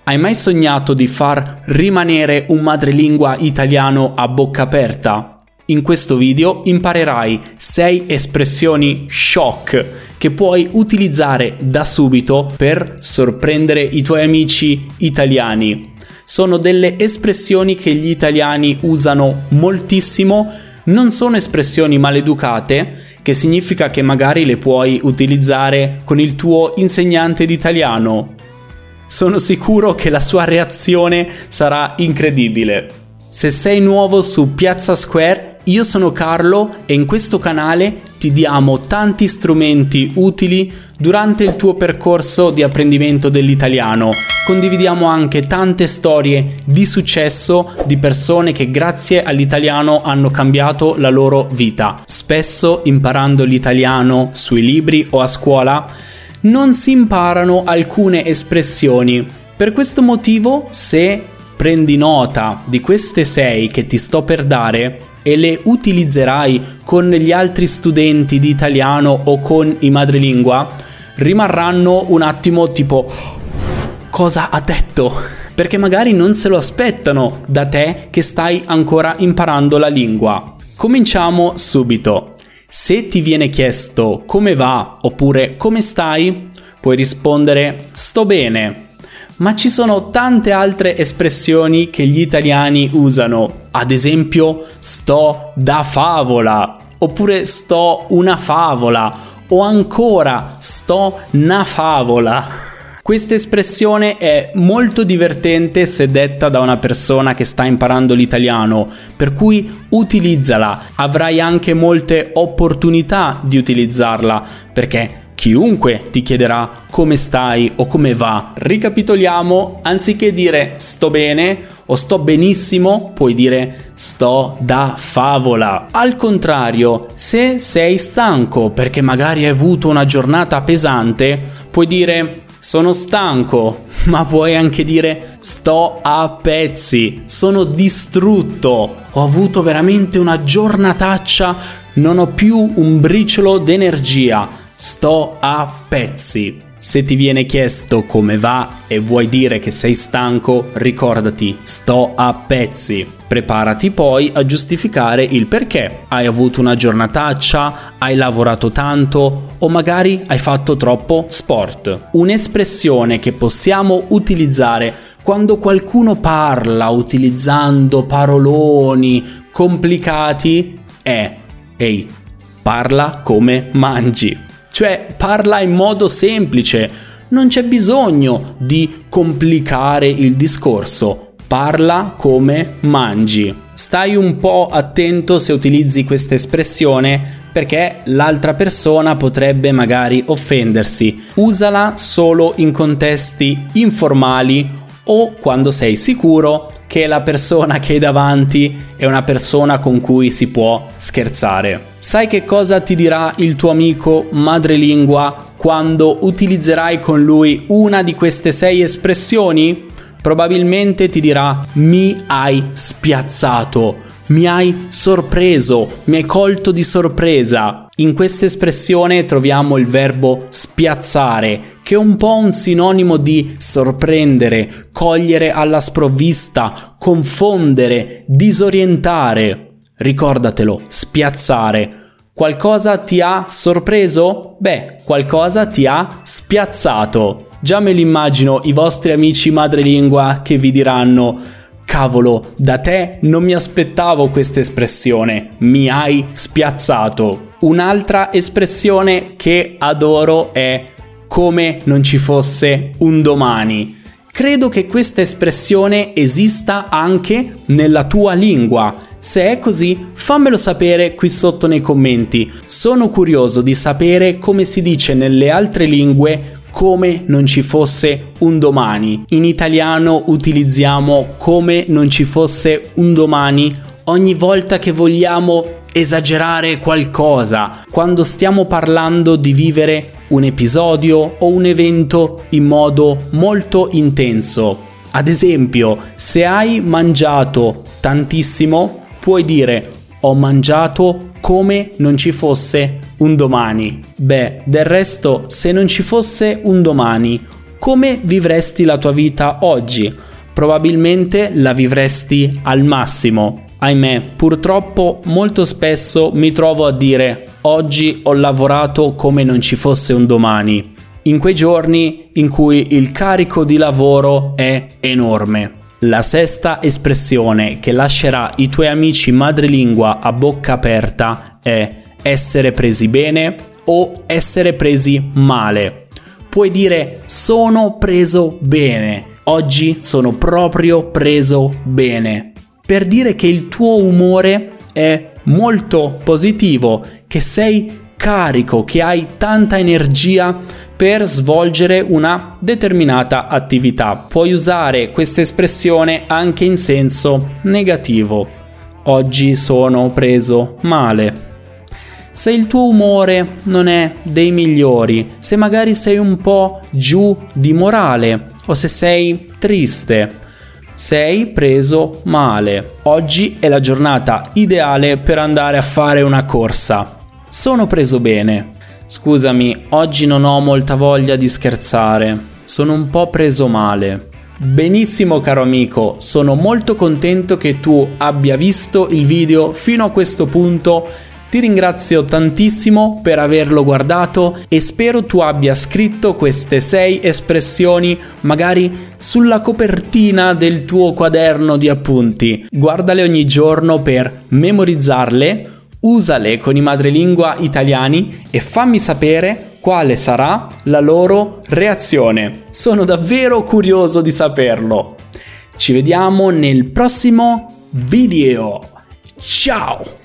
Hai mai sognato di far rimanere un madrelingua italiano a bocca aperta? In questo video imparerai 6 espressioni shock che puoi utilizzare da subito per sorprendere i tuoi amici italiani. Sono delle espressioni che gli italiani usano moltissimo, non sono espressioni maleducate, che significa che magari le puoi utilizzare con il tuo insegnante di italiano. Sono sicuro che la sua reazione sarà incredibile. Se sei nuovo su Piazza Square, io sono Carlo e in questo canale ti diamo tanti strumenti utili durante il tuo percorso di apprendimento dell'italiano. Condividiamo anche tante storie di successo di persone che grazie all'italiano hanno cambiato la loro vita. Spesso imparando l'italiano sui libri o a scuola non si imparano alcune espressioni. Per questo motivo, se prendi nota di queste 6 che ti sto per dare e le utilizzerai con gli altri studenti di italiano o con i madrelingua, rimarranno un attimo tipo: cosa ha detto? Perché magari non se lo aspettano da te che stai ancora imparando la lingua. Cominciamo subito. Se ti viene chiesto come va oppure come stai, puoi rispondere sto bene. Ma ci sono tante altre espressioni che gli italiani usano, ad esempio sto da favola, oppure sto una favola, o ancora sto na favola. Questa espressione è molto divertente se detta da una persona che sta imparando l'italiano, per cui utilizzala, avrai anche molte opportunità di utilizzarla, perché chiunque ti chiederà come stai o come va. Ricapitoliamo, anziché dire sto bene o sto benissimo, puoi dire sto da favola. Al contrario, se sei stanco perché magari hai avuto una giornata pesante, puoi dire sono stanco, ma puoi anche dire sto a pezzi, sono distrutto, ho avuto veramente una giornataccia, non ho più un briciolo d'energia, sto a pezzi. Se ti viene chiesto come va e vuoi dire che sei stanco, ricordati, sto a pezzi. Preparati poi a giustificare il perché. Hai avuto una giornataccia, hai lavorato tanto o magari hai fatto troppo sport. Un'espressione che possiamo utilizzare quando qualcuno parla utilizzando paroloni complicati è ehi, parla come mangi. Cioè parla in modo semplice, non c'è bisogno di complicare il discorso, parla come mangi. Stai un po' attento se utilizzi questa espressione perché l'altra persona potrebbe magari offendersi. Usala solo in contesti informali o quando sei sicuro che la persona che hai davanti è una persona con cui si può scherzare. Sai che cosa ti dirà il tuo amico madrelingua quando utilizzerai con lui una di queste 6 espressioni? Probabilmente ti dirà mi hai spiazzato, mi hai sorpreso, mi hai colto di sorpresa. In questa espressione troviamo il verbo spiazzare, che è un po' un sinonimo di sorprendere, cogliere alla sprovvista, confondere, disorientare. Ricordatelo, spiazzare. Qualcosa ti ha sorpreso? Beh, qualcosa ti ha spiazzato. Già me l'immagino i vostri amici madrelingua che vi diranno cavolo, da te non mi aspettavo questa espressione, mi hai spiazzato. Un'altra espressione che adoro è come non ci fosse un domani. Credo che questa espressione esista anche nella tua lingua. Se è così, fammelo sapere qui sotto nei commenti. Sono curioso di sapere come si dice nelle altre lingue come non ci fosse un domani. In italiano utilizziamo come non ci fosse un domani ogni volta che vogliamo esagerare qualcosa, quando stiamo parlando di vivere un episodio o un evento in modo molto intenso. Ad esempio, se hai mangiato tantissimo, puoi dire ho mangiato come non ci fosse un domani. Beh, del resto, se non ci fosse un domani, come vivresti la tua vita oggi? Probabilmente la vivresti al massimo. Ahimè, purtroppo molto spesso mi trovo a dire oggi ho lavorato come non ci fosse un domani, in quei giorni in cui il carico di lavoro è enorme. La sesta espressione che lascerà i tuoi amici madrelingua a bocca aperta è essere presi bene o essere presi male. Puoi dire sono preso bene, oggi sono proprio preso bene, per dire che il tuo umore è molto positivo, che sei carico, che hai tanta energia per svolgere una determinata attività. Puoi usare questa espressione anche in senso negativo. Oggi sono preso male. Se il tuo umore non è dei migliori, se magari sei un po' giù di morale o se sei triste, sei preso male. Oggi è la giornata ideale per andare a fare una corsa. Sono preso bene. Scusami, oggi non ho molta voglia di scherzare. Sono un po' preso male. Benissimo caro amico, sono molto contento che tu abbia visto il video fino a questo punto. Ti ringrazio tantissimo per averlo guardato e spero tu abbia scritto queste 6 espressioni magari sulla copertina del tuo quaderno di appunti. Guardale ogni giorno per memorizzarle, usale con i madrelingua italiani e fammi sapere quale sarà la loro reazione. Sono davvero curioso di saperlo. Ci vediamo nel prossimo video. Ciao!